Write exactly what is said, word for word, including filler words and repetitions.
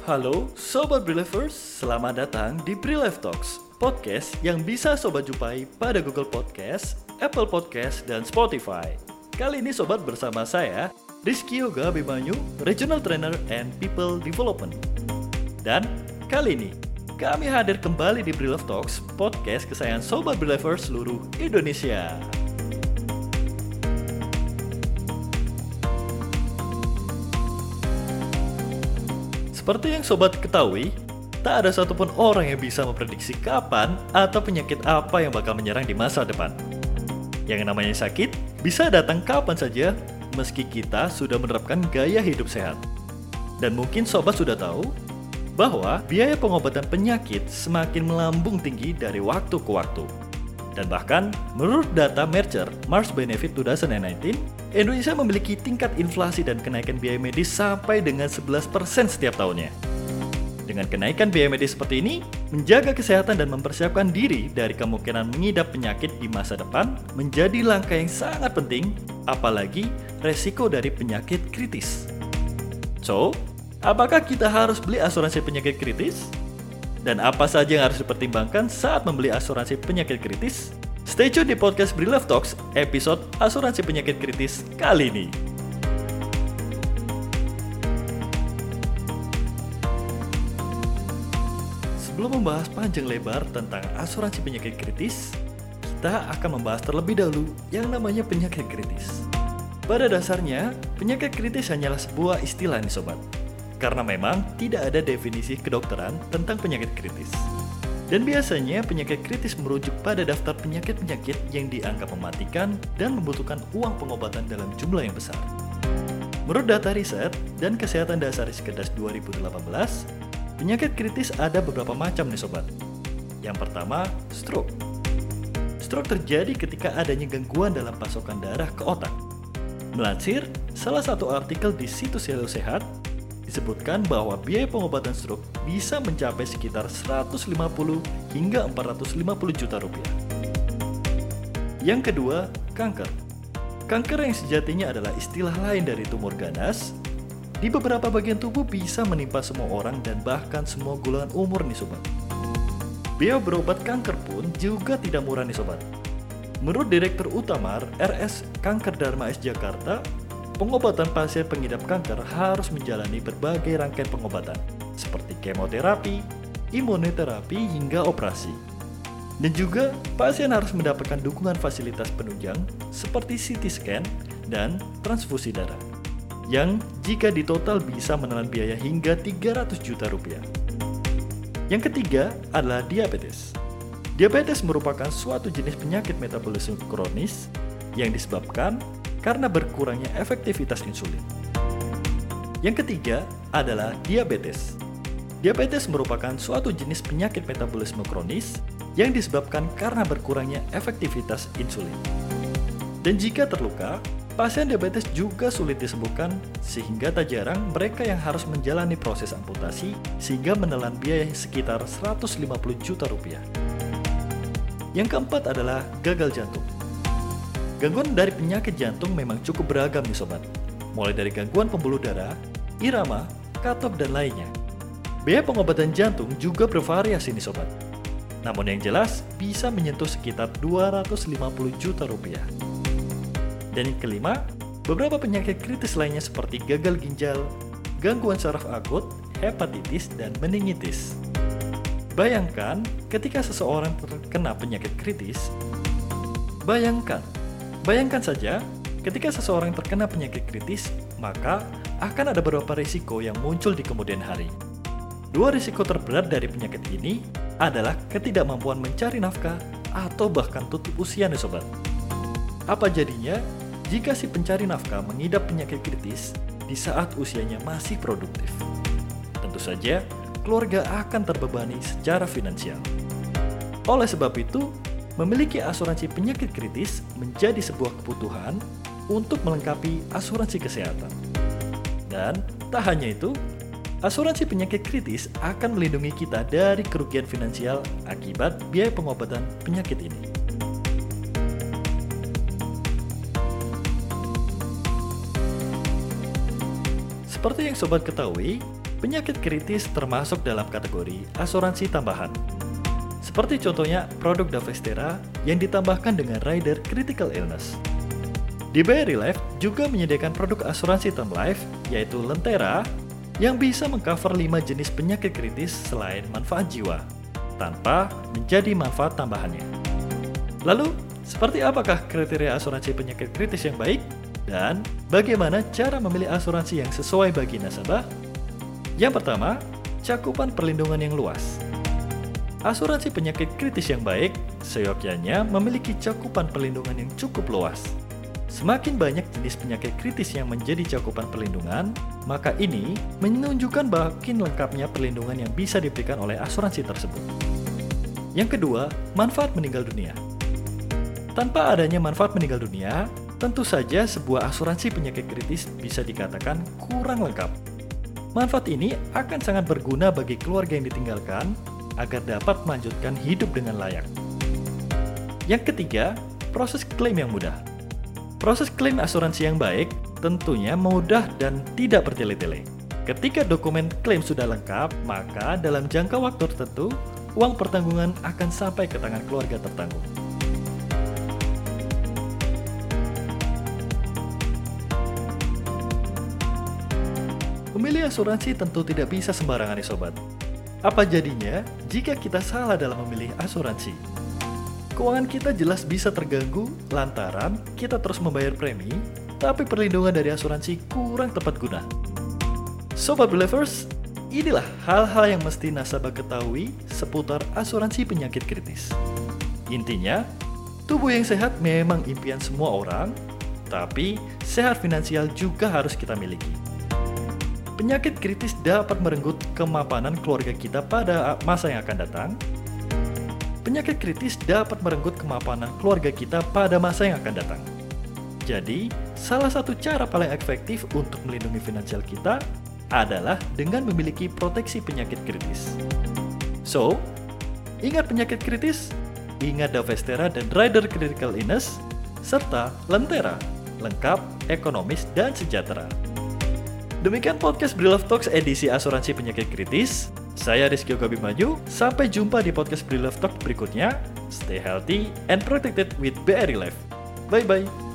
Halo Sobat Believers, selamat datang di Brilife Talks, podcast yang bisa Sobat jumpai pada Google Podcast, Apple Podcast, dan Spotify. Kali ini Sobat bersama saya, Rizky Yoga Abimanyu, Regional Trainer and People Development. Dan kali ini, kami hadir kembali di Brilife Talks, podcast kesayangan Sobat Believers seluruh Indonesia. Seperti yang Sobat ketahui, tak ada satupun orang yang bisa memprediksi kapan atau penyakit apa yang bakal menyerang di masa depan. Yang namanya sakit bisa datang kapan saja, meski kita sudah menerapkan gaya hidup sehat. Dan mungkin Sobat sudah tahu bahwa biaya pengobatan penyakit semakin melambung tinggi dari waktu ke waktu. Dan bahkan, menurut data Mercer, March Benefit dua ribu sembilan belas, Indonesia memiliki tingkat inflasi dan kenaikan biaya medis sampai dengan sebelas persen setiap tahunnya. Dengan kenaikan biaya medis seperti ini, menjaga kesehatan dan mempersiapkan diri dari kemungkinan mengidap penyakit di masa depan menjadi langkah yang sangat penting, apalagi resiko dari penyakit kritis. So, apakah kita harus beli asuransi penyakit kritis? Dan apa saja yang harus dipertimbangkan saat membeli asuransi penyakit kritis? Stay tune di podcast Brilife Talks episode asuransi penyakit kritis kali ini. Sebelum membahas panjang lebar tentang asuransi penyakit kritis, kita akan membahas terlebih dahulu yang namanya penyakit kritis. Pada dasarnya, penyakit kritis hanyalah sebuah istilah nih sobat. Karena memang tidak ada definisi kedokteran tentang penyakit kritis. Dan biasanya penyakit kritis merujuk pada daftar penyakit-penyakit yang dianggap mematikan dan membutuhkan uang pengobatan dalam jumlah yang besar. Menurut data riset dan kesehatan dasar Riskedas dua ribu delapan belas, penyakit kritis ada beberapa macam nih sobat. Yang pertama, stroke. Stroke terjadi ketika adanya gangguan dalam pasokan darah ke otak. Melansir salah satu artikel di situs Hello Sehat, disebutkan bahwa biaya pengobatan stroke bisa mencapai sekitar seratus lima puluh hingga empat ratus lima puluh juta rupiah. Yang kedua, kanker. Kanker yang sejatinya adalah istilah lain dari tumor ganas, di beberapa bagian tubuh bisa menimpa semua orang dan bahkan semua golongan umur nih sobat. Biaya berobat kanker pun juga tidak murah nih sobat. Menurut Direktur Utama R S Kanker Dharma S Jakarta, pengobatan pasien pengidap kanker harus menjalani berbagai rangkaian pengobatan, seperti kemoterapi, imunoterapi, hingga operasi. Dan juga, pasien harus mendapatkan dukungan fasilitas penunjang seperti C T scan dan transfusi darah, yang jika ditotal bisa menelan biaya hingga tiga ratus juta rupiah. Yang ketiga adalah diabetes. Diabetes merupakan suatu jenis penyakit metabolisme kronis yang disebabkan karena berkurangnya efektivitas insulin. Yang ketiga adalah diabetes. Diabetes merupakan suatu jenis penyakit metabolisme kronis yang disebabkan karena berkurangnya efektivitas insulin. Dan jika terluka, pasien diabetes juga sulit disembuhkan sehingga tak jarang mereka yang harus menjalani proses amputasi sehingga menelan biaya sekitar seratus lima puluh juta rupiah. Yang keempat adalah gagal jantung. Gangguan dari penyakit jantung memang cukup beragam nih sobat, mulai dari gangguan pembuluh darah, irama, katup, dan lainnya. Biaya pengobatan jantung juga bervariasi nih sobat. Namun yang jelas bisa menyentuh sekitar dua ratus lima puluh juta rupiah. Dan yang kelima, beberapa penyakit kritis lainnya seperti gagal ginjal, gangguan saraf akut, hepatitis, dan meningitis. Bayangkan ketika seseorang terkena penyakit kritis, bayangkan Bayangkan saja, ketika seseorang terkena penyakit kritis, maka akan ada beberapa risiko yang muncul di kemudian hari. Dua risiko terberat dari penyakit ini adalah ketidakmampuan mencari nafkah atau bahkan tutup usia nih sobat. Apa jadinya jika si pencari nafkah mengidap penyakit kritis di saat usianya masih produktif? Tentu saja, keluarga akan terbebani secara finansial. Oleh sebab itu, memiliki asuransi penyakit kritis menjadi sebuah kebutuhan untuk melengkapi asuransi kesehatan. Dan tak hanya itu, asuransi penyakit kritis akan melindungi kita dari kerugian finansial akibat biaya pengobatan penyakit ini. Seperti yang sobat ketahui, penyakit kritis termasuk dalam kategori asuransi tambahan. Seperti contohnya produk Davestera yang ditambahkan dengan rider critical illness. Di B R I Life juga menyediakan produk asuransi term life yaitu Lentera yang bisa mengcover lima jenis penyakit kritis selain manfaat jiwa, tanpa menjadi manfaat tambahannya. Lalu, seperti apakah kriteria asuransi penyakit kritis yang baik? Dan bagaimana cara memilih asuransi yang sesuai bagi nasabah? Yang pertama, cakupan perlindungan yang luas. Asuransi penyakit kritis yang baik, seyogyanya memiliki cakupan perlindungan yang cukup luas. Semakin banyak jenis penyakit kritis yang menjadi cakupan perlindungan, maka ini menunjukkan makin lengkapnya perlindungan yang bisa diberikan oleh asuransi tersebut. Yang kedua, manfaat meninggal dunia. Tanpa adanya manfaat meninggal dunia, tentu saja sebuah asuransi penyakit kritis bisa dikatakan kurang lengkap. Manfaat ini akan sangat berguna bagi keluarga yang ditinggalkan agar dapat melanjutkan hidup dengan layak. Yang ketiga, proses klaim yang mudah. Proses klaim asuransi yang baik tentunya mudah dan tidak bertele-tele. Ketika dokumen klaim sudah lengkap, maka dalam jangka waktu tertentu, uang pertanggungan akan sampai ke tangan keluarga tertanggung. Memilih asuransi tentu tidak bisa sembarangan nih sobat. Apa jadinya jika kita salah dalam memilih asuransi? Keuangan kita jelas bisa terganggu lantaran kita terus membayar premi, tapi perlindungan dari asuransi kurang tepat guna. Sobat Believers, inilah hal-hal yang mesti nasabah ketahui seputar asuransi penyakit kritis. Intinya, tubuh yang sehat memang impian semua orang, tapi sehat finansial juga harus kita miliki. Penyakit kritis dapat merenggut kemapanan keluarga kita pada masa yang akan datang. Penyakit kritis dapat merenggut kemapanan keluarga kita pada masa yang akan datang. Jadi, salah satu cara paling efektif untuk melindungi finansial kita adalah dengan memiliki proteksi penyakit kritis. So, ingat penyakit kritis, ingat Davestera dan rider critical illness, serta Lentera, lengkap, ekonomis, dan sejahtera. Demikian podcast Brilove Talks edisi asuransi penyakit kritis. Saya Rizky Okabimaju, sampai jumpa di podcast Brilove Talk berikutnya. Stay healthy and protected with B R I Life. Bye-bye.